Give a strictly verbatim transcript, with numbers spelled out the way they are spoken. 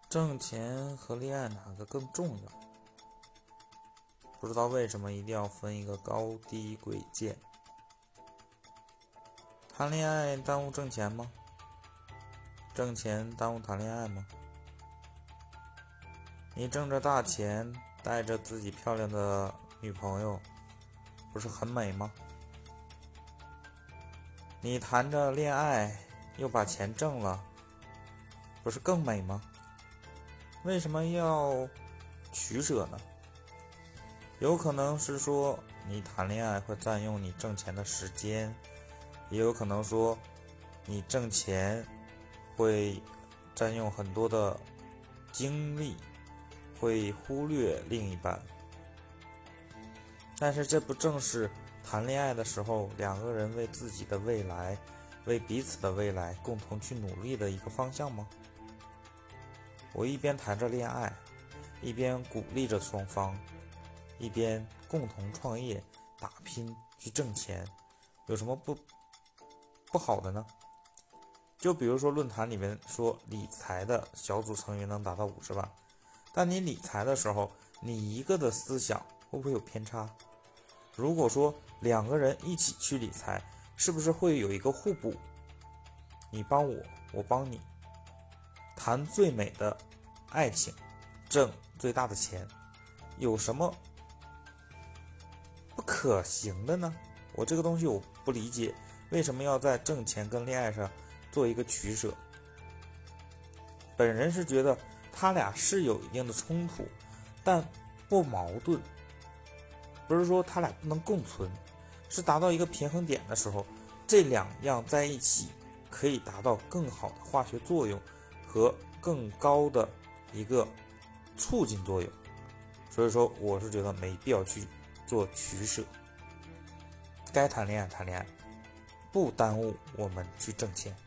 挣钱和恋爱哪个更重要？不知道为什么一定要分一个高低贵贱。谈恋爱耽误挣钱吗？挣钱耽误谈恋爱吗？你挣着大钱，带着自己漂亮的女朋友，不是很美吗？你谈着恋爱，又把钱挣了，不是更美吗？为什么要取舍呢？有可能是说你谈恋爱会占用你挣钱的时间，也有可能说你挣钱会占用很多的精力，会忽略另一半。但是这不正是谈恋爱的时候两个人为自己的未来，为彼此的未来共同去努力的一个方向吗？我一边谈着恋爱，一边鼓励着双方，一边共同创业打拼去挣钱，有什么不不好的呢？就比如说论坛里面说理财的小组成员能达到五十万，但你理财的时候，你一个的思想会不会有偏差？如果说两个人一起去理财，是不是会有一个互补？你帮我，我帮你，谈最美的爱情，挣最大的钱，有什么不可行的呢？我这个东西我不理解，为什么要在挣钱跟恋爱上做一个取舍？本人是觉得他俩是有一定的冲突，但不矛盾。不是说他俩不能共存，是达到一个平衡点的时候，这两样在一起可以达到更好的化学作用和更高的一个促进作用。所以说我是觉得没必要去做取舍，该谈恋爱谈恋爱，不耽误我们去挣钱。